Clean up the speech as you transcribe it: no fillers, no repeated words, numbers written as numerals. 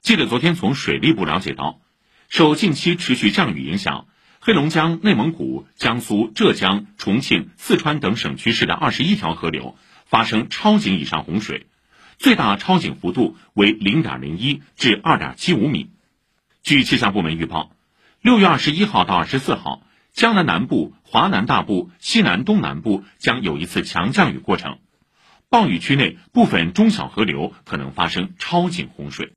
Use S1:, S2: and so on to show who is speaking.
S1: 记者昨天从水利部了解到，受近期持续降雨影响，黑龙江、内蒙古、江苏、浙江、重庆、四川等省区市的21条河流发生超警以上洪水，最大超警幅度为 0.01 至 2.75 米。据气象部门预报，6月21号到24号，江南南部、华南大部、西南东南部将有一次强降雨过程，暴雨区内部分中小河流可能发生超警洪水。